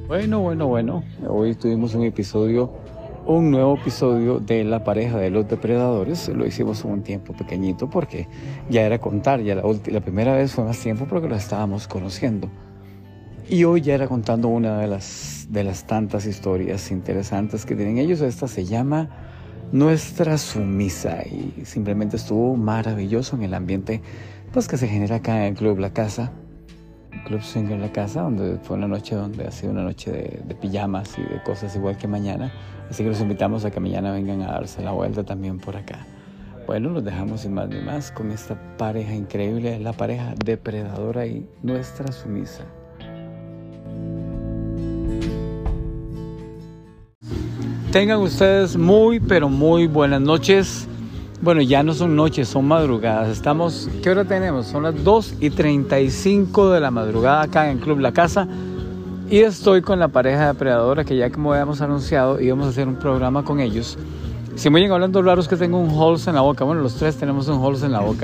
Bueno. Hoy tuvimos un nuevo episodio de La pareja de los depredadores. Lo hicimos en un tiempo pequeñito porque ya era contar. Ya la primera vez fue más tiempo porque lo estábamos conociendo. Y hoy ya era contando una de las tantas historias interesantes que tienen ellos. Esta se llama Nuestra Sumisa y simplemente estuvo maravilloso en el ambiente pues que se genera acá en el Club La Casa. Club Swinger La Casa, donde fue una noche donde ha sido una noche de pijamas y de cosas igual que mañana. Así que los invitamos a que mañana vengan a darse la vuelta también por acá. Bueno, los dejamos sin más ni más con esta pareja increíble, la pareja depredadora y Nuestra Sumisa. Tengan ustedes pero muy buenas noches. Bueno, ya no son noches, son madrugadas. ¿Qué hora tenemos? Son las 2:35 de la madrugada acá en Club La Casa. Y estoy con la pareja depredadora que ya como habíamos anunciado íbamos a hacer un programa con ellos. Si me oyen hablando raros que tengo un holes en la boca. Bueno, los tres tenemos un holes en la boca.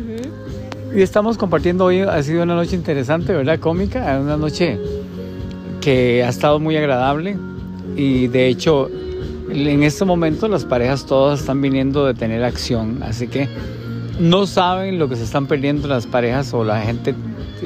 Y estamos compartiendo hoy. Ha sido una noche interesante, ¿verdad? Cómica. Una noche que ha estado muy agradable. Y de hecho, en este momento las parejas todas están viniendo de tener acción, así que no saben lo que se están perdiendo las parejas o la gente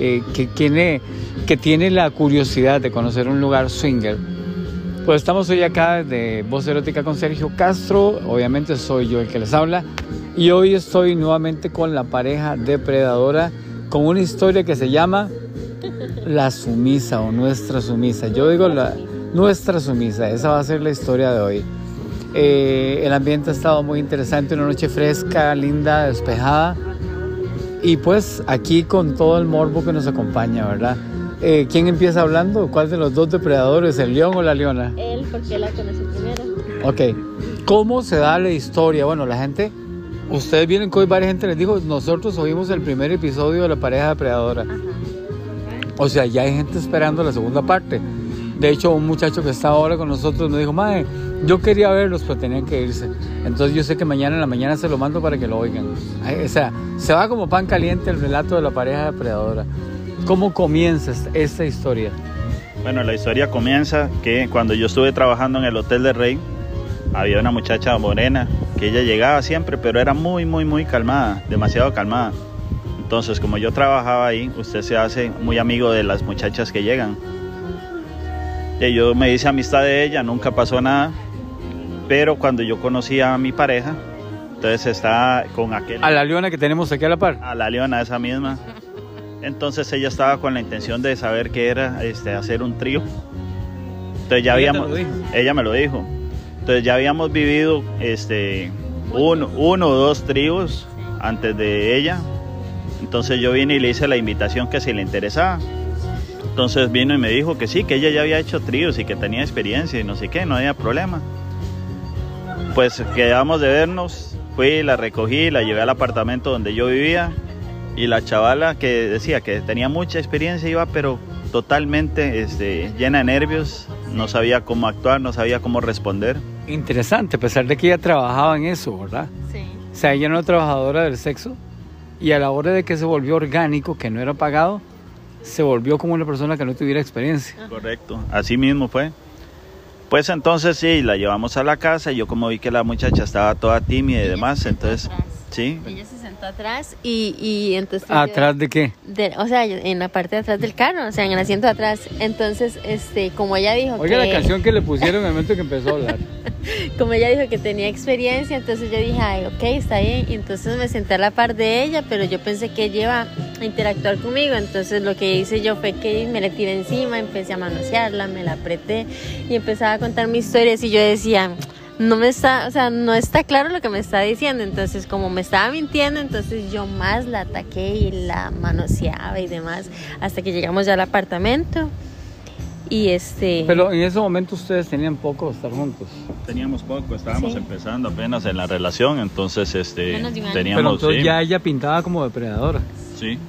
que tiene la curiosidad de conocer un lugar swinger. Pues estamos hoy acá de Voz Erótica con Sergio Castro, obviamente soy yo el que les habla, y hoy estoy nuevamente con la pareja depredadora con una historia que se llama La Sumisa o Nuestra Sumisa. Yo digo Nuestra Sumisa, esa va a ser la historia de hoy. El ambiente ha estado muy interesante, una noche fresca, linda, despejada. Y pues aquí con todo el morbo que nos acompaña, ¿verdad? ¿Quién empieza hablando? ¿Cuál de los dos depredadores, el león o la leona? Él, porque él la conoce primero. Ok, ¿cómo se da la historia? Bueno, la gente, ustedes vienen que hoy varias gente les dijo, nosotros oímos el primer episodio de la pareja depredadora. Ajá. O sea, ya hay gente esperando la segunda parte. De hecho, un muchacho que está ahora con nosotros me dijo, mae, yo quería verlos, pero tenían que irse. Entonces yo sé que mañana en la mañana se lo mando para que lo oigan. O sea, se va como pan caliente el relato de la pareja depredadora. ¿Cómo comienza esta historia? Bueno, la historia comienza que cuando yo estuve trabajando en el Hotel del Rey, había una muchacha morena que ella llegaba siempre, pero era muy calmada, demasiado calmada. Entonces, como yo trabajaba ahí, usted se hace muy amigo de las muchachas que llegan. Y yo me hice amistad de ella, nunca pasó nada. Pero cuando yo conocí a mi pareja, entonces estaba con aquel... ¿A la leona que tenemos aquí a la par? A la leona, esa misma. Entonces ella estaba con la intención de saber qué era hacer un trío. Entonces ya habíamos... Ella me lo dijo. Entonces ya habíamos vivido uno o dos tríos antes de ella. Entonces yo vine y le hice la invitación que si le interesaba. Entonces vino y me dijo que sí, que ella ya había hecho tríos y que tenía experiencia y no sé qué, no había problema. Pues quedamos de vernos, fui, la recogí, la llevé al apartamento donde yo vivía y la chavala que decía que tenía mucha experiencia iba pero totalmente llena de nervios, no sabía cómo actuar, no sabía cómo responder. Interesante, a pesar de que ella trabajaba en eso, ¿verdad? Sí. O sea, ella no era trabajadora del sexo y a la hora de que se volvió orgánico, que no era pagado, se volvió como una persona que no tuviera experiencia. Correcto, así mismo fue. Pues entonces sí, la llevamos a la casa y yo como vi que la muchacha estaba toda tímida y demás, entonces... Sí. Ella se sentó atrás y entonces... ¿Atrás de qué? O sea, en la parte de atrás del carro, o sea, en el asiento de atrás. Entonces, como ella dijo Oiga, la canción que le pusieron en el momento que empezó a hablar. Como ella dijo que tenía experiencia, entonces yo dije, ay, ok, está bien. Y entonces me senté a la par de ella, pero yo pensé que ella iba a interactuar conmigo. Entonces lo que hice yo fue que me la tiré encima, empecé a manosearla, me la apreté y empezaba a contar mis historias y yo decía... no está claro lo que me está diciendo. Entonces como me estaba mintiendo, entonces yo más la ataqué y la manoseaba y demás hasta que llegamos ya al apartamento y Pero en ese momento ustedes tenían poco de estar juntos. Teníamos poco, estábamos empezando apenas en la relación, entonces teníamos... Pero entonces ya ella pintaba como depredadora. Sí.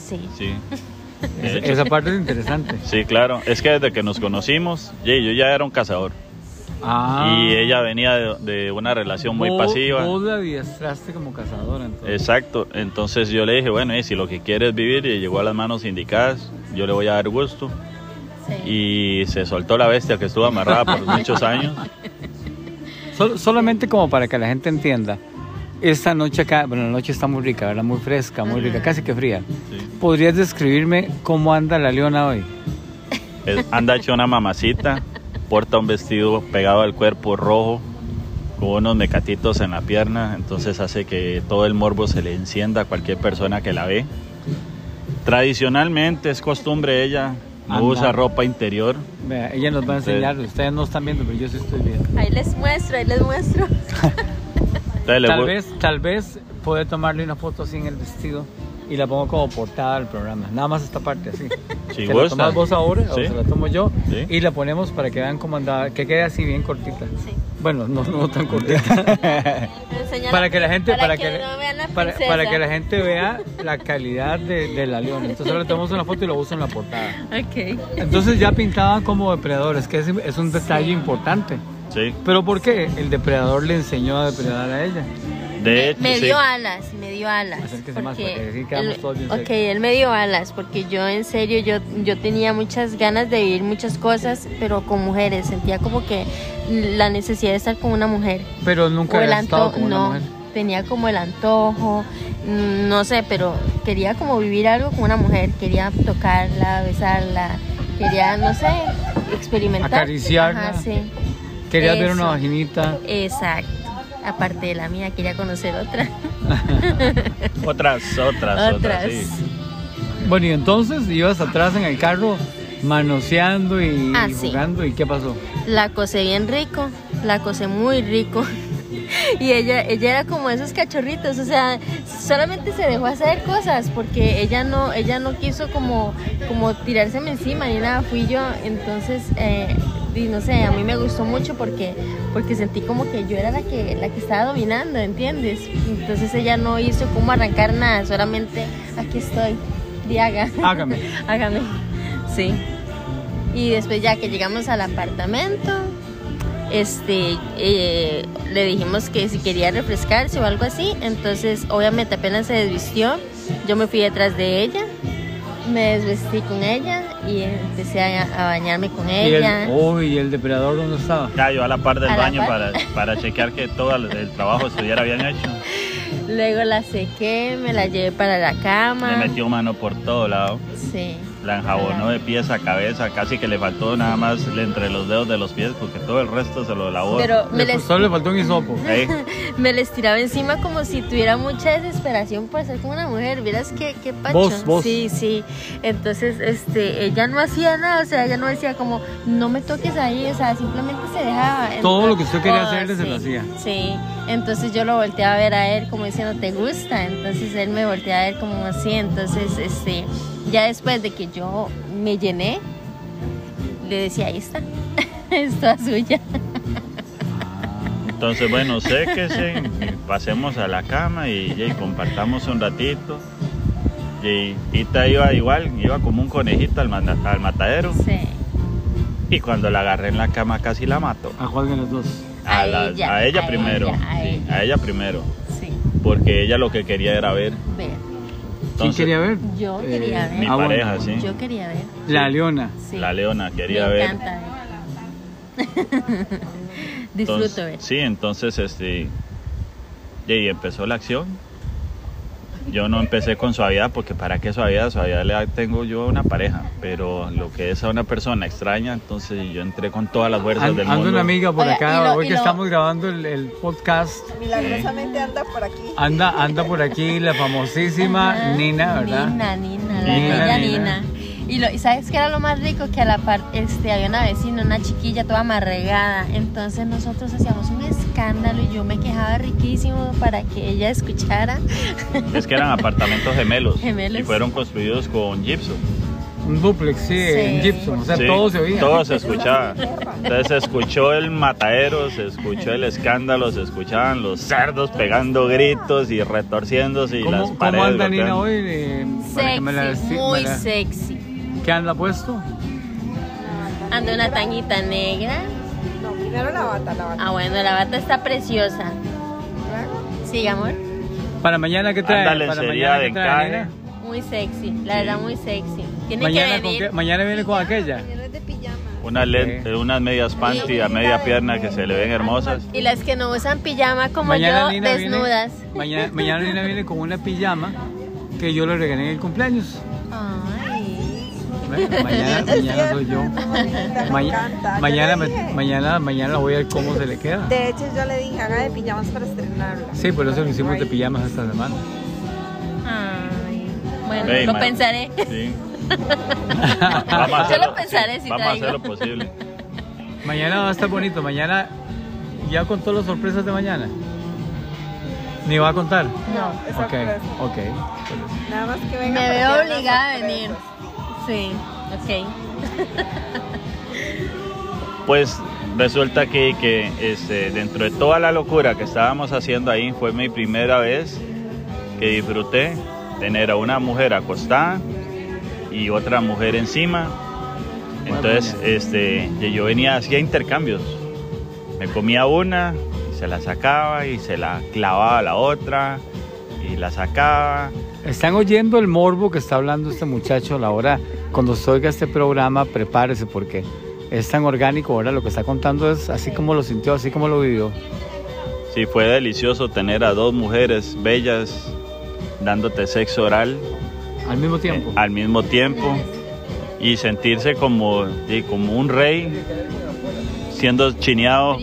Esa parte es interesante. Sí, claro, es que desde que nos conocimos, yo ya era un cazador. Y ella venía de una relación muy pasiva. Vos la adiestraste como cazadora entonces. Exacto, entonces yo le dije, bueno, si lo que quiere es vivir y llegó a las manos indicadas, yo le voy a dar gusto. y se soltó la bestia que estuvo amarrada por muchos años. Solamente como para que la gente entienda. Esta noche acá, bueno, la noche está muy rica, ¿verdad? Muy fresca, muy rica, casi que fría. Sí. ¿Podrías describirme cómo anda la leona hoy? Anda hecha una mamacita, porta un vestido pegado al cuerpo rojo, con unos mecatitos en la pierna, entonces hace que todo el morbo se le encienda a cualquier persona que la ve. Tradicionalmente es costumbre ella, no usa ropa interior. Vea, ella nos va a enseñar, ustedes no están viendo, pero yo sí estoy viendo. Ahí les muestro. Tal vez puede tomarle una foto así en el vestido y la pongo como portada del programa. Nada más esta parte así. Si ¿Se gusta. la tomas vos ahora o ¿Sí? se la tomo yo? ¿Sí? Y la ponemos para que vean cómo andaba, que quede así bien cortita. Sí. Bueno, no tan cortita. para que la gente para que la gente vea la calidad de la leona. Entonces ahora le tomamos una foto y lo uso en la portada. Ok. Entonces ya pintaban como depredadores, que es un detalle importante. Sí. Pero ¿por qué? El depredador le enseñó a depredar a ella. De hecho, me sí. dio alas. Acérquese más, porque así quedamos todos bien Ok, cerca. él me dio alas porque yo en serio, yo tenía muchas ganas de vivir muchas cosas, pero con mujeres. Sentía como que la necesidad de estar con una mujer. Pero nunca O el había estado con una no, mujer. tenía como el antojo, no sé, pero quería como vivir algo con una mujer. Quería tocarla, besarla, quería, no sé, experimentar. Acariciarla. Ajá, sí. Quería ver Eso. una vaginita. Exacto. Aparte de la mía, quería conocer otra. Otras, sí. Bueno, y entonces ibas atrás en el carro manoseando y Sí. jugando. ¿Y qué pasó? La cosé bien rico, la cosé muy rico. Y ella era como esos cachorritos, o sea, solamente se dejó hacer cosas porque ella no quiso como tirárseme encima ni nada, fui yo. Entonces, y no sé, a mí me gustó mucho porque sentí como que yo era la que estaba dominando, ¿entiendes? Entonces ella no hizo como arrancar nada, solamente aquí estoy, Hágame. hágame, sí. Y después ya que llegamos al apartamento, le dijimos que si quería refrescarse o algo así. Entonces obviamente apenas se desvistió, yo me fui detrás de ella, me desvestí con ella y empecé a bañarme con ella. ¿Y el depredador dónde estaba? Cayó a la par del A la baño par. para chequear que todo el trabajo estuviera bien hecho. Luego la sequé, me la llevé para la cama. Le metió mano por todo lado. Sí. La enjabonó de pies a cabeza, casi que le faltó nada más entre los dedos de los pies, porque todo el resto se lo lavó. Pero Solo le faltó un hisopo. ¿Eh? me les tiraba encima como si tuviera mucha desesperación por ser como una mujer. ¿Vieras qué pacho? Vos. Sí. Entonces, ella no hacía nada, o sea, ella no decía como, no me toques ahí, o sea, simplemente se dejaba. Todo lo que usted quería todo, hacerle se lo hacía. Sí, entonces yo lo volteé a ver a él como diciendo, ¿te gusta? Entonces él me volteó a ver como así, entonces, ya después de que yo me llené, le decía, ahí está, es toda suya. Entonces, bueno, séquese, pasemos a la cama y compartamos un ratito. Y Tita iba como un conejito al matadero. Sí. Y cuando la agarré en la cama casi la mato. ¿A cuál de los dos? A ella primero. A ella primero. Sí. Porque ella lo que quería era ver. ¿Quién quería ver? Yo quería ver. Mi pareja, sí. Yo quería ver. La leona. Sí. La leona quería Me ver. encanta ver. Disfruto ver. Sí, entonces y empezó la acción. Yo no empecé con suavidad porque para qué suavidad le tengo yo a una pareja, pero lo que es a una persona extraña, entonces yo entré con todas las fuerzas del mundo. Anda una amiga por Oiga, acá, hoy que estamos grabando el podcast. Milagrosamente anda por aquí. Anda por aquí la famosísima Ajá. Nina, ¿verdad? Nina, la Nina. bella Nina. Y ¿sabes qué era lo más rico? Que a la par había una vecina, una chiquilla toda amarregada. Entonces nosotros hacíamos un escándalo y yo me quejaba riquísimo para que ella escuchara. Es que eran apartamentos gemelos. Gemelos. Y fueron construidos con gypsum. Un duplex, sí, en gypsum, o sea, Sí, todo se oía. todo se escuchaba. Entonces se escuchó el matadero, se escuchó el escándalo, se escuchaban los cerdos pegando gritos y retorciéndose y las ¿Cómo paredes anda Nina golpeando. hoy? Para que me la Sexy, desti- muy me la- sexy. ¿Qué anda puesto? Anda una tanguita negra. No, primero la bata. Ah, bueno, la bata está preciosa. Luego, Sí, amor. ¿Para mañana qué trae? Anda ¿Para lencería mañana de qué trae, encaje. Muy sexy, la verdad muy sexy. Tiene Nina? que venir. Mañana viene con aquella. no es de unas medias panty a media pierna que se le ven hermosas. Y las que no usan pijama como Mañana yo, Nina desnudas. Mañana Nina viene con una pijama que yo le regalé en el cumpleaños. Ay. Bueno, mañana soy yo. Mañana la voy a ver cómo se le queda. De hecho, yo le dije, haga de pijamas para estrenarla. Sí, por eso lo hicimos de pijamas esta semana. Ay. Bueno, Hey, lo pensaré. Sí. Yo lo pensaré si vamos a traigo. hacer lo posible. Mañana va a estar bonito. Mañana ya contó las sorpresas de mañana. ¿Ni va a contar? No. Es Ok, sorpresa. ok. Nada más que venga. Me para veo que haga obligada a sorpresa. venir. Sí, ok. Pues resulta que dentro de toda la locura que estábamos haciendo ahí, fue mi primera vez que disfruté tener a una mujer acostada y otra mujer encima. Entonces yo hacía intercambios. Me comía una y se la sacaba y se la clavaba a la otra y la sacaba. Están oyendo el morbo que está hablando este muchacho a la hora. Cuando se oiga este programa, prepárese porque es tan orgánico. Ahora lo que está contando es así como lo sintió, así como lo vivió. Sí, fue delicioso tener a dos mujeres bellas dándote sexo oral Al mismo tiempo. al mismo tiempo y sentirse como un rey siendo chineado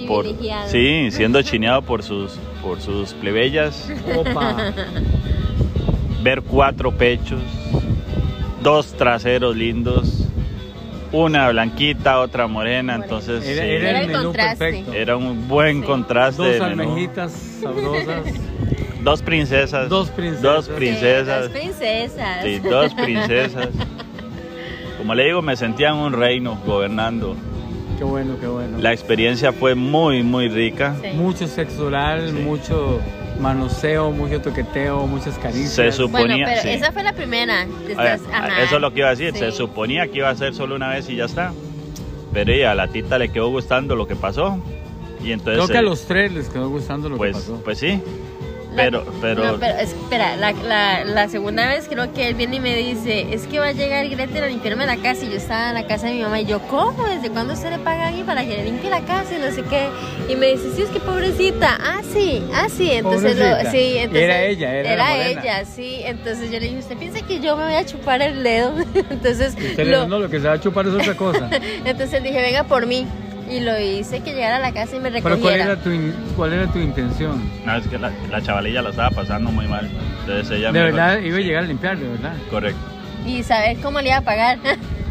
por sus plebeyas, Opa. ver 4 pechos, 2 traseros lindos, una blanquita, otra morena, entonces Era, sí, era Era el el menú contraste. perfecto. era un buen contraste de Dos menú. almejitas sabrosas. 2 princesas, Dos princesas. dos princesas. Las princesas. Sí, 2 princesas. Como le digo, me sentía en un reino gobernando. Qué bueno, qué bueno. La experiencia fue muy, muy rica. Sí. Mucho sexo oral, Sí. mucho manoseo, mucho toqueteo, muchas caricias. Se suponía, Bueno, pero sí. esa fue la primera. Ajá. Eso es lo que iba a decir. Sí. Se suponía que iba a ser solo una vez y ya está. Pero a la tita le quedó gustando lo que pasó. Y entonces, Creo que a los 3 les quedó gustando lo pues, que pasó. pues sí. Pero No, pero espera, la segunda vez creo que él viene y me dice, es que va a llegar Gretel a limpiarme la casa, y yo estaba en la casa de mi mamá y yo, ¿cómo? ¿Desde cuándo usted le paga a alguien para que le limpie la casa y no sé qué? Y me dice, sí, es que pobrecita, sí, entonces Pobrecita. sí, entonces Era ella, era la morena. ella, sí, entonces yo le dije, ¿usted piensa que yo me voy a chupar el dedo? Entonces Usted le- no, lo que se va a chupar es otra cosa. entonces dije, venga por mí, y lo hice que llegara a la casa y me Pero recogiera. ¿cuál era tu intención? no, es que la chavalilla la estaba pasando muy mal. Entonces ella De me verdad, iba a llegar a limpiar, de verdad. Correcto. Y saber cómo le iba a pagar.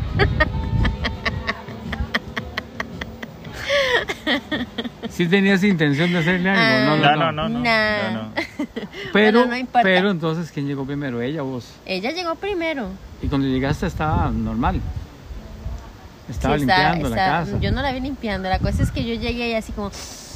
¿Sí tenías intención de hacerle algo? No. Nah. Pero, Bueno, no importa. pero entonces, ¿quién llegó primero? ¿Ella o vos? Ella llegó primero. Y cuando llegaste estaba normal. Estaba Sí, limpiando la casa. Yo no la vi limpiando. La cosa es que yo llegué y así como.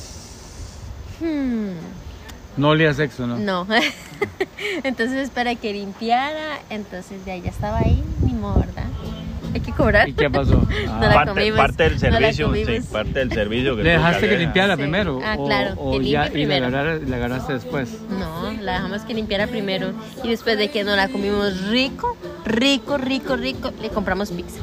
No olía a sexo, ¿no? No. Entonces, para que limpiara, entonces de ahí ya estaba ahí, ni modo, ¿verdad? Hay que cobrar. ¿Y qué pasó? No la comimos, parte del no la servicio, comimos. sí, parte del servicio que ¿Le tuvo dejaste que hacer. limpiara Sí. primero? Ah, claro, o que limpie ya, y primero. la agarraste después. No, la dejamos que limpiara primero. Y después de que nos la comimos rico, le compramos pizza.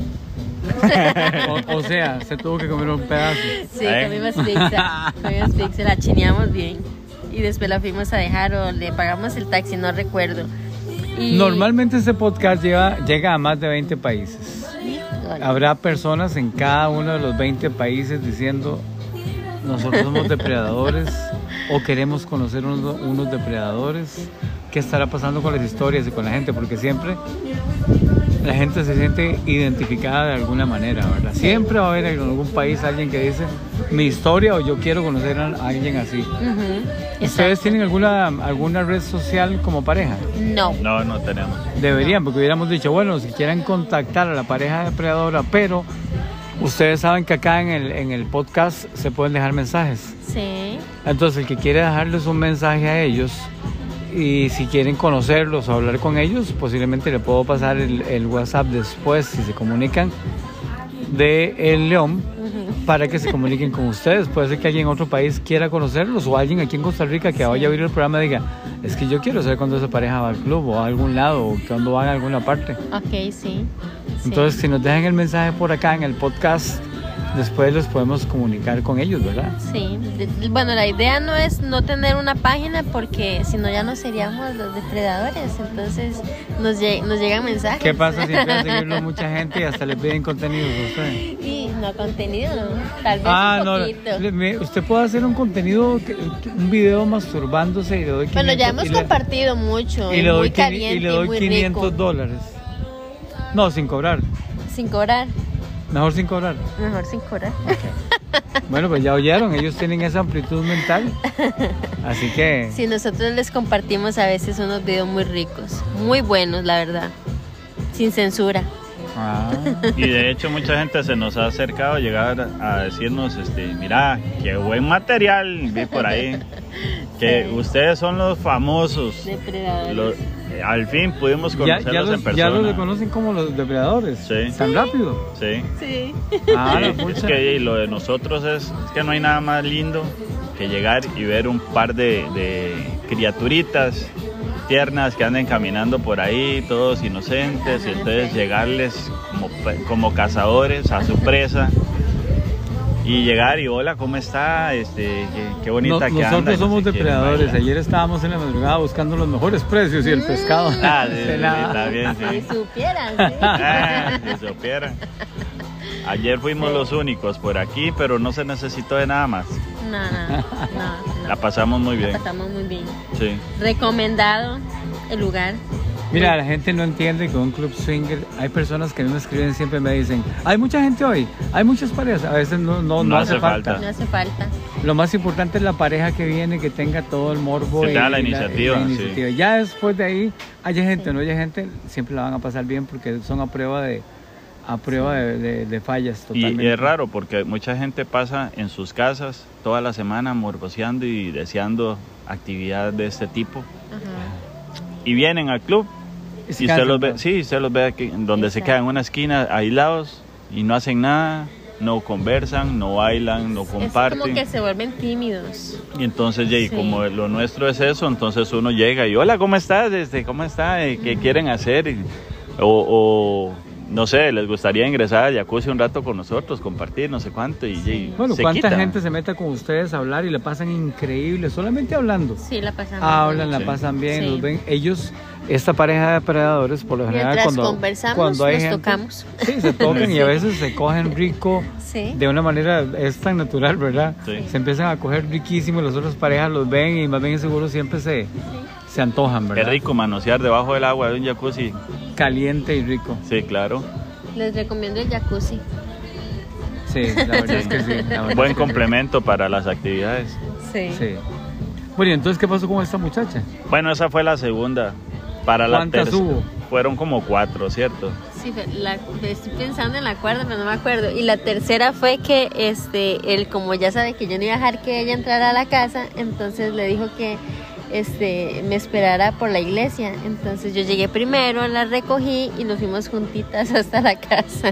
O sea, se tuvo que comer un pedazo. Sí, ¿Eh? comimos pizza, la chineamos bien. Y después la fuimos a dejar o le pagamos el taxi, no recuerdo. Y... Normalmente este podcast llega a más de 20 países. Híjole. Habrá personas en cada uno de los 20 países diciendo, nosotros somos depredadores o queremos conocer unos depredadores. ¿Qué estará pasando con las historias y con la gente? Porque siempre la gente se siente identificada de alguna manera, ¿verdad? Siempre va a haber en algún país alguien que dice mi historia o yo quiero conocer a alguien así. Ujú, ¿Ustedes tienen alguna red social como pareja? No. No tenemos. Deberían, porque hubiéramos dicho, bueno, si quieren contactar a la pareja depredadora, pero ustedes saben que acá en el podcast se pueden dejar mensajes. Sí. Entonces, el que quiere dejarles un mensaje a ellos y si quieren conocerlos o hablar con ellos, posiblemente le puedo pasar el WhatsApp después, si se comunican, de El León, para que se comuniquen con ustedes. Puede ser que alguien en otro país quiera conocerlos o alguien aquí en Costa Rica que vaya a ver el programa diga, es que yo quiero saber cuándo esa pareja va al club o a algún lado o cuándo van a alguna parte. Ok, sí. Entonces, si nos dejan el mensaje por acá en el podcast, después los podemos comunicar con ellos, ¿verdad? Sí. Bueno, la idea no es no tener una página porque si no ya no seríamos los depredadores. Entonces nos llegan mensajes. ¿Qué pasa si empieza a seguirlo mucha gente y hasta le piden contenido a usted? Y no contenido, ¿no? Tal vez un poquito. Usted puede hacer un contenido, un video masturbándose y le doy 500. Bueno, ya hemos compartido mucho. Y le doy, muy caliente, y le doy muy $500. rico. No, sin cobrar. Sin cobrar. Mejor sin cobrar. Mejor sin cobrar. Bueno, pues ya oyeron, ellos tienen esa amplitud mental. Así que... Sí, nosotros les compartimos a veces unos videos muy ricos, muy buenos, la verdad. Sin censura. Y de hecho mucha gente se nos ha acercado a llegar a decirnos, mira, qué buen material, vi por ahí. Que sí. Ustedes son los famosos. Depredadores. Al fin pudimos conocerlos en persona. Ya los reconocen como los depredadores. Sí. ¿Tan rápido? Sí. Sí. Es que lo de nosotros es que no hay nada más lindo que llegar y ver un par de criaturitas tiernas que anden caminando por ahí, todos inocentes, y entonces llegarles como cazadores a su presa. Y llegar y hola, ¿cómo está? Qué bonita que anda. Nosotros somos depredadores. Ayer estábamos en la madrugada buscando los mejores precios y el pescado. Sí, está bien, sí. Si supieran, sí. Si supieran. Ayer fuimos los únicos por aquí, pero no se necesitó de nada más. No. La pasamos muy bien. La pasamos muy bien. Sí. Recomendado el lugar. Mira, la gente no entiende que un club swinger, hay personas que me escriben, siempre me dicen, hay mucha gente hoy, hay muchas parejas, a veces no hace falta. No hace falta. Lo más importante es la pareja que viene, que tenga todo el morbo que y tenga la iniciativa. Sí. Ya después de ahí, haya gente o no haya gente, siempre la van a pasar bien porque son a prueba de fallas totalmente. Y es raro porque mucha gente pasa en sus casas toda la semana morboseando y deseando actividad de este tipo. Y vienen al club y usted los ve aquí, donde se quedan en una esquina aislados y no hacen nada, no conversan, no bailan, no comparten. Es como que se vuelven tímidos. Y entonces, como lo nuestro es eso, entonces uno llega y hola, ¿cómo estás? ¿Cómo está? ¿Qué quieren hacer? O no sé, les gustaría ingresar al jacuzzi un rato con nosotros, compartir no sé cuánto bueno, ¿cuánta gente se mete con ustedes a hablar y la pasan increíble, solamente hablando? Sí, la pasan bien. Hablan, la pasan bien, los ven. Ellos, esta pareja de depredadores, por lo general, cuando hay gente, tocamos. Sí, se tocan y a veces se cogen rico, de una manera, es tan natural, ¿verdad? Sí. Se empiezan a coger riquísimo, las otras parejas los ven y más bien seguro siempre se antojan, ¿verdad? Es rico manosear debajo del agua de un jacuzzi. Caliente y rico. Sí, claro. Les recomiendo el jacuzzi. Sí, la verdad es que sí. Buen complemento para las actividades. Sí. Bueno, ¿y entonces qué pasó con esta muchacha? Bueno, esa fue la segunda. ¿Cuántas hubo? Fueron como 4, ¿cierto? Sí, estoy pensando en la cuarta, pero no me acuerdo. Y la tercera fue que él, como ya sabe que yo no iba a dejar que ella entrara a la casa, entonces le dijo que me esperara por la iglesia. Entonces yo llegué primero, la recogí y nos fuimos juntitas hasta la casa.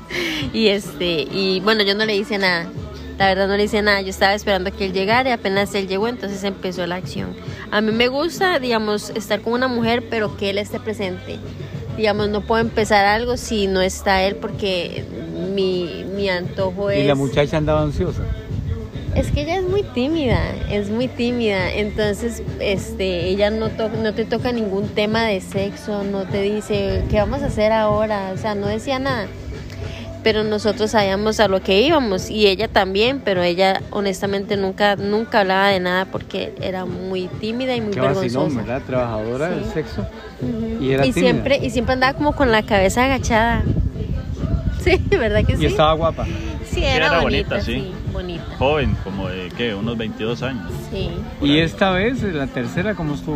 Y bueno, yo no le hice nada. La verdad no le hice nada, yo estaba esperando que él llegara y apenas él llegó, entonces empezó la acción. A mí me gusta, digamos, estar con una mujer, pero que él esté presente. Digamos, no puedo empezar algo si no está él porque mi antojo es... ¿Y la muchacha andaba ansiosa? Es que ella es muy tímida, entonces ella no te toca ningún tema de sexo, no te dice qué vamos a hacer ahora, o sea, no decía nada. Pero nosotros sabíamos a lo que íbamos y ella también, pero ella honestamente nunca hablaba de nada porque era muy tímida y muy vergonzosa. Vacilón, ¿verdad? Trabajadora del sexo. Uh-huh. Y era tímida. Siempre andaba como con la cabeza agachada. Sí, ¿verdad que sí? Y estaba guapa. Sí, era bonita, sí. Bonita. Joven, como de, ¿qué? Unos 22 años. Sí. ¿Y esta vez, la tercera, cómo estuvo?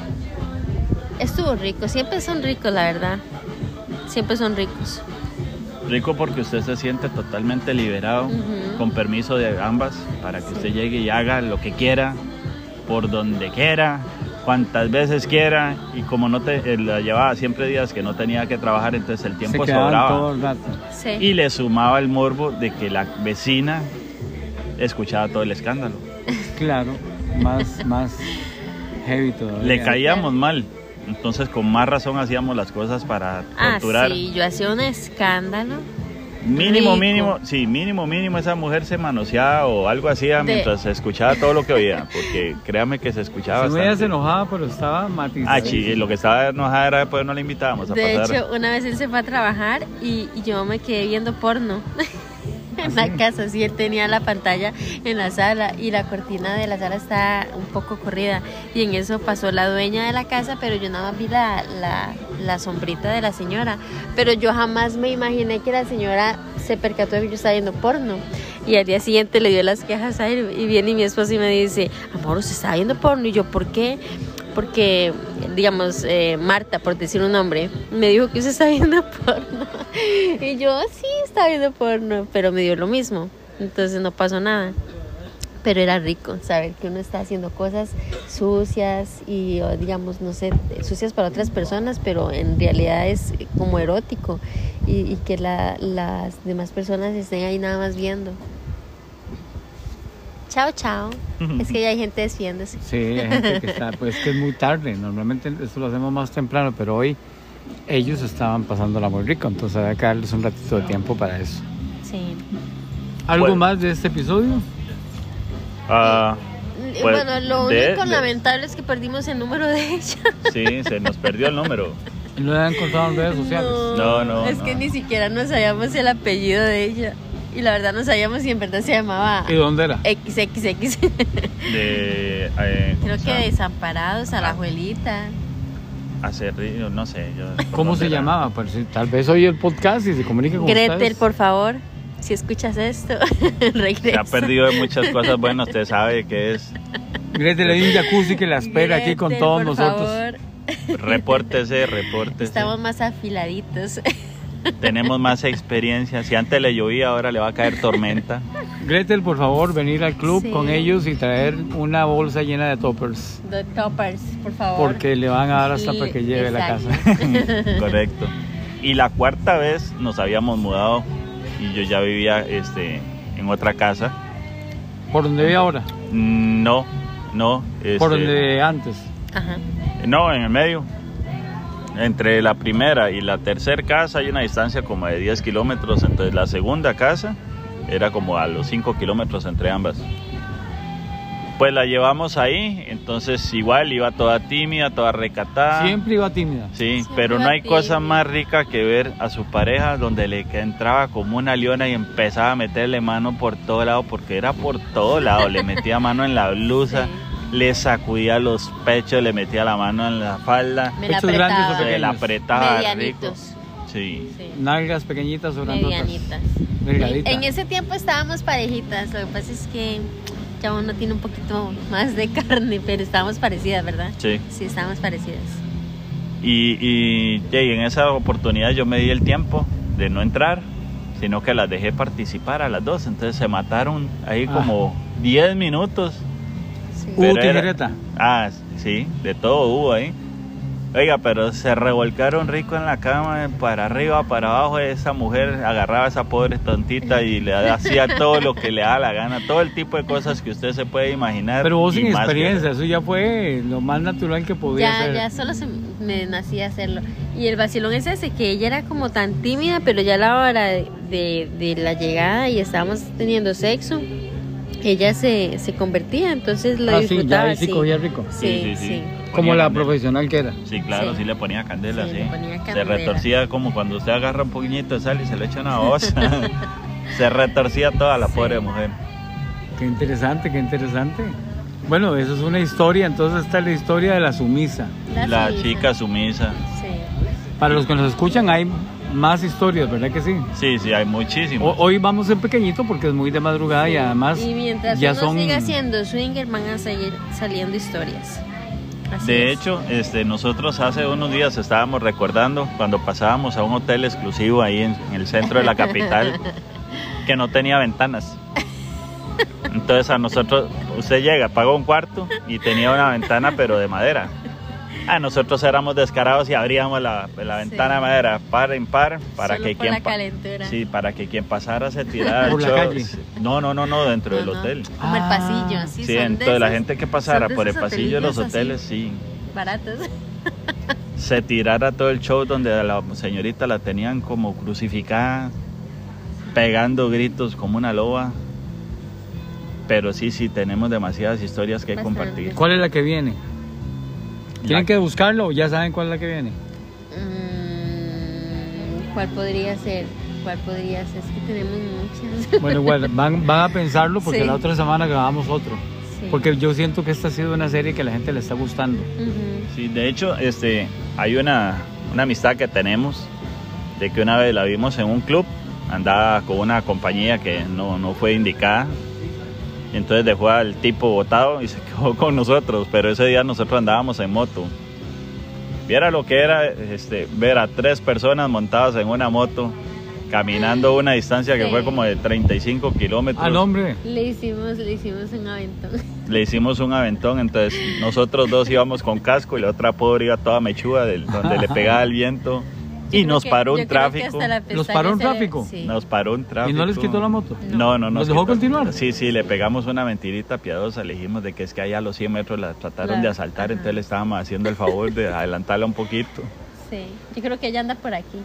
Estuvo rico, siempre son ricos, la verdad. Siempre son ricos. Rico porque usted se siente totalmente liberado, con permiso de ambas, para que usted llegue y haga lo que quiera, por donde quiera, cuantas veces quiera, y como la llevaba siempre días que no tenía que trabajar, entonces el tiempo sobraba. Todo el rato. Sí. Y le sumaba el morbo de que la vecina escuchaba todo el escándalo. Claro, más heavy todavía. Le caíamos mal. Entonces con más razón hacíamos las cosas para torturar. Sí, yo hacía un escándalo. Mínimo, rico. mínimo esa mujer se manoseaba o algo hacía mientras se escuchaba todo lo que oía, porque créame que se escuchaba Si bastante. ella se enojaba, pero estaba matizada. Lo que estaba enojada era después no la invitábamos a De pasar. hecho, una vez él se fue a trabajar y yo me quedé viendo porno en la casa. Sí, él tenía la pantalla en la sala y la cortina de la sala estaba un poco corrida. Y en eso pasó la dueña de la casa, pero yo nada más vi la sombrita de la señora. Pero yo jamás me imaginé que la señora se percató de que yo estaba viendo porno. Y al día siguiente le dio las quejas a él y viene mi esposo y me dice, amor, ¿usted está viendo porno? Y yo, ¿por qué? Porque, digamos, Marta, por decir un nombre, me dijo que usted está viendo porno. Y yo, sí, está viendo porno, pero me dio lo mismo. Entonces no pasó nada. Pero era rico saber que uno está haciendo cosas sucias y, o, digamos, no sé, sucias para otras personas, pero en realidad es como erótico y que las demás personas estén ahí nada más viendo. Chao, chao. Es que ya hay gente despidiéndose. Sí, hay gente que está, pues que es muy tarde. Normalmente esto lo hacemos más temprano, pero hoy ellos estaban pasándola muy rico, entonces había que darles un ratito de tiempo para eso. Sí. ¿Algo Bueno. más de este episodio? Pues, Bueno, lo único lamentable es que perdimos el número de ella. Sí, se nos perdió el número. ¿Y lo han encontrado en redes sociales? No, es que ni siquiera nos sabíamos el apellido de ella. Y la verdad no sabíamos si en verdad se llamaba ¿Y dónde era? XXX. De, Creo o que sea, Desamparados, a la abuelita. Acerrillo, no sé. ¿Cómo se llamaba? Pues, sí, tal vez oye el podcast y se comunique con Gretel, ustedes. por favor, si escuchas esto, regresa. Se ha perdido de muchas cosas buenas, usted sabe que es. Gretel, hay un jacuzzi que la espera aquí con Gretel, todos por nosotros. favor. Repórtese. Estamos más afiladitos. Tenemos más experiencia. Si antes le llovía, ahora le va a caer tormenta. Gretel, por favor, venir al club Sí. con ellos y traer una bolsa llena de toppers. The toppers, por favor. Porque le van a dar hasta para que lleve la Exacto. casa. Correcto. Y la cuarta vez nos habíamos mudado y yo ya vivía en otra casa. ¿Por donde vive ahora? No. ¿Por donde antes? Ajá. No, en el medio. Entre la primera y la tercera casa hay una distancia como de 10 kilómetros. Entonces la segunda casa era como a los 5 kilómetros entre ambas. Pues la llevamos ahí, entonces igual iba toda tímida, toda recatada. Siempre iba tímida. Sí, Siempre pero no iba hay cosa tímida. más rica que ver a su pareja donde que entraba como una leona y empezaba a meterle mano por todo lado, porque era por todo lado. Le metía mano en la blusa, Sí. le sacudía los pechos, le metía la mano en la falda, Me la Pechos grandes o apretaba. se la pequeños. apretaba rico. Medianitos. Sí. Sí. Nalgas pequeñitas o grandotas. Medianitas. Delgaditas. En ese tiempo estábamos parejitas, lo que pasa es que ya uno tiene un poquito más de carne, pero estábamos parecidas, ¿verdad? Sí. Sí, estábamos parecidas. Y en esa oportunidad yo me di el tiempo de no entrar, sino que las dejé participar a las dos. Entonces se mataron ahí como 10 minutos. Sí. ¿Hubo Pero era- tijereta? Sí, de todo hubo ahí. Oiga, pero se revolcaron rico en la cama, para arriba, para abajo. Esa mujer agarraba a esa pobre tontita y le hacía todo lo que le daba la gana, todo el tipo de cosas que usted se puede imaginar. Pero vos y sin más que experiencia, eso. eso ya fue lo más natural que podía ser. Ya solo se me nacía hacerlo. Y el vacilón es ese, que ella era como tan tímida, pero ya a la hora de la llegada y estábamos teniendo sexo, ella se convertía, entonces lo Ah, sí, disfrutaba. ya ahí sí sí. cogía rico. Sí, sí. Como Ponía la candela. profesional que era. Sí, claro, Sí. sí le ponía candela, Sí, sí. le ponía Se candela. retorcía como cuando usted agarra un poquito de sal y se le echa una osa. Se retorcía toda la Sí. pobre mujer. Qué interesante, qué interesante. Bueno, eso es una historia, entonces está la historia de la sumisa. La sumisa. chica sumisa. Sí. Para los que nos escuchan hay más historias, ¿verdad que sí? Sí, hay muchísimos. Hoy vamos en pequeñito porque es muy de madrugada y además Y mientras ya uno son... siga siendo swinger, van a seguir saliendo historias. Así De es. hecho, nosotros hace unos días estábamos recordando cuando pasábamos a un hotel exclusivo ahí en el centro de la capital que no tenía ventanas. Entonces a nosotros, usted llega, paga un cuarto y tenía una ventana pero de madera. Nosotros éramos descarados y abríamos la ventana de madera par en par para Solo que por la calentura. sí, para que quien pasara se tirara Por al la show. calle. No, dentro del hotel. Como el pasillo, sí. Sí, son de entonces la esos- gente que pasara son de por el esos pasillo de los hotelillos así, hoteles, sí. Baratos. se tirara todo el show donde a la señorita la tenían como crucificada, pegando gritos como una loba. Pero sí, tenemos demasiadas historias que Bastante. compartir. ¿Cuál es la que viene? ¿Tienen que buscarlo o ya saben cuál es la que viene? ¿Cuál podría ser? Es que tenemos muchas. Bueno, igual, van a pensarlo porque Sí. la otra semana grabamos otro. Sí. Porque yo siento que esta ha sido una serie que a la gente le está gustando. Ujú. Sí, de hecho, hay una amistad que tenemos de que una vez la vimos en un club, andaba con una compañía que no fue indicada, entonces dejó al tipo botado y se quedó con nosotros, pero ese día nosotros andábamos en moto. Viera lo que era ver a 3 personas montadas en una moto, caminando una distancia que Sí. fue como de 35 kilómetros. Ah, no, hombre. Le hicimos un aventón. Le hicimos un aventón, entonces nosotros 2 íbamos con casco y la otra pobre iba toda mechuda donde le pegaba el viento. Y nos paró un tráfico. ¿Los paró un tráfico? Sí. Nos paró un tráfico. ¿Y no les quitó la moto? No. ¿Los dejó continuar? Sí, le pegamos una mentirita piadosa. Le dijimos de que es que allá a los 100 metros la trataron de asaltar, Ajá. entonces le estábamos haciendo el favor de adelantarla un poquito. Sí, yo creo que ella anda por aquí.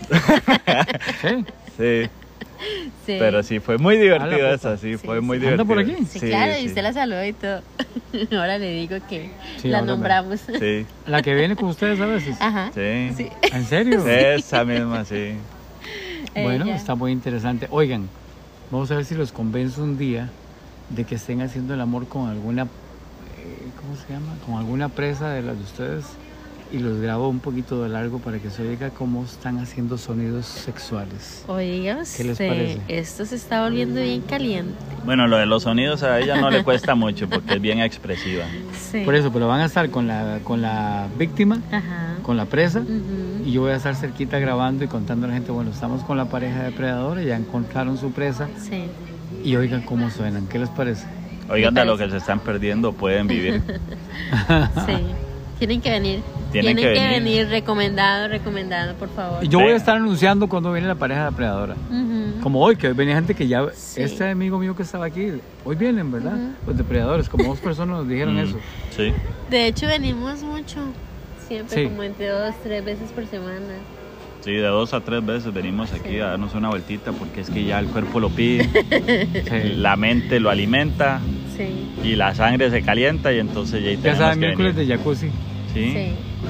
Sí. Sí, Sí. pero sí, fue muy divertida puta. esa, sí, Sí, fue sí. muy ¿Anda divertida. por aquí? Sí, claro, y usted la saludó y todo. Ahora le digo que Sí, la ahora nombramos. Sí, La que viene con ustedes a veces. Ajá. sí. Sí. ¿En serio? Esa misma, sí. Bueno, Ella. está muy interesante. Oigan, vamos a ver si los convenzo un día de que estén haciendo el amor con alguna, ¿cómo se llama? Con alguna presa de las de ustedes y los grabo un poquito de largo para que se oiga cómo están haciendo sonidos sexuales. Oiga, ¿Qué les parece? esto se está volviendo bien caliente. Bueno, lo de los sonidos a ella no le cuesta mucho porque es bien expresiva. Sí. Por eso, pero van a estar con la víctima, Ajá. con la presa, Ujú. y yo voy a estar cerquita grabando y contando a la gente, bueno, estamos con la pareja depredadora, ya encontraron su presa, Sí. y oigan cómo suenan. ¿Qué les parece? Oigan, de Me lo parece. que se están perdiendo pueden vivir. Sí. Tienen que venir. Tienen que venir. Recomendado, por favor. Y yo voy a Venga. estar anunciando cuando viene la pareja depredadora. Ujú. Como hoy, que hoy venía gente que ya, Sí. este amigo mío que estaba aquí, hoy vienen, ¿verdad? Ujú. Los depredadores, como 2 personas nos dijeron eso. Sí. De hecho, venimos mucho. Siempre, Sí. como entre 2-3 veces por semana. Sí, de 2 a 3 veces venimos aquí a darnos una vueltita porque es que ya el cuerpo lo pide, Sí. la mente lo alimenta Sí. y la sangre se calienta y entonces ya ahí Ya tenemos saben, que miércoles venir. de jacuzzi. ¿Sí? Sí.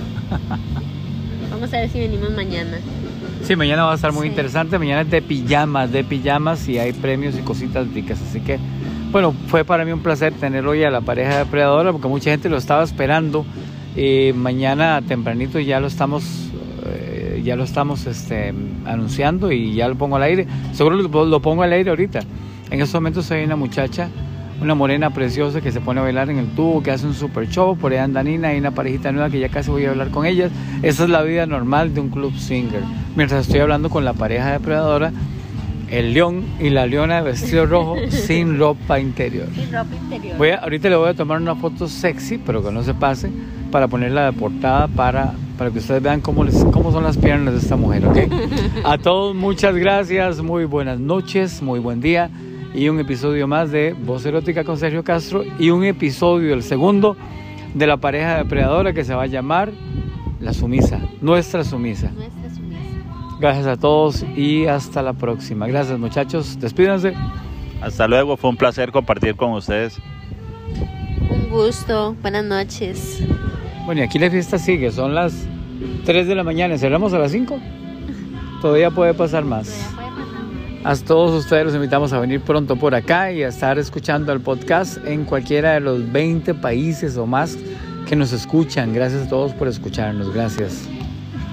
Vamos a ver si venimos mañana. Sí, mañana va a estar muy Sí. interesante. Mañana es de pijamas y hay premios y cositas ricas. Así que, bueno, fue para mí un placer tener hoy a la pareja depredadora porque mucha gente lo estaba esperando. Mañana tempranito ya lo estamos anunciando y ya lo pongo al aire. Seguro lo pongo al aire ahorita. En estos momentos hay una muchacha, una morena preciosa que se pone a bailar en el tubo, que hace un super show. Por ahí anda Nina, hay una parejita nueva que ya casi voy a hablar con ellas. Esa es la vida normal de un club swinger. Mientras estoy hablando con la pareja depredadora, el león y la leona de vestido rojo sin ropa interior. Sin ropa interior. Ahorita le voy a tomar una foto sexy, pero que no se pase, para ponerla de portada para que ustedes vean cómo son las piernas de esta mujer, ¿ok? A todos muchas gracias, muy buenas noches, muy buen día y un episodio más de Voz Erótica con Sergio Castro y un episodio, el segundo, de la pareja depredadora que se va a llamar La Sumisa, Nuestra Sumisa. Nuestra sumisa. Gracias a todos y hasta la próxima. Gracias, muchachos, despídanse. Hasta luego, fue un placer compartir con ustedes. Un gusto. Buenas noches. Bueno, y aquí la fiesta sigue, son las 3 de la mañana, ¿cerramos a las 5? Todavía puede pasar más. A todos ustedes los invitamos a venir pronto por acá y a estar escuchando el podcast en cualquiera de los 20 países o más que nos escuchan. Gracias a todos por escucharnos, gracias.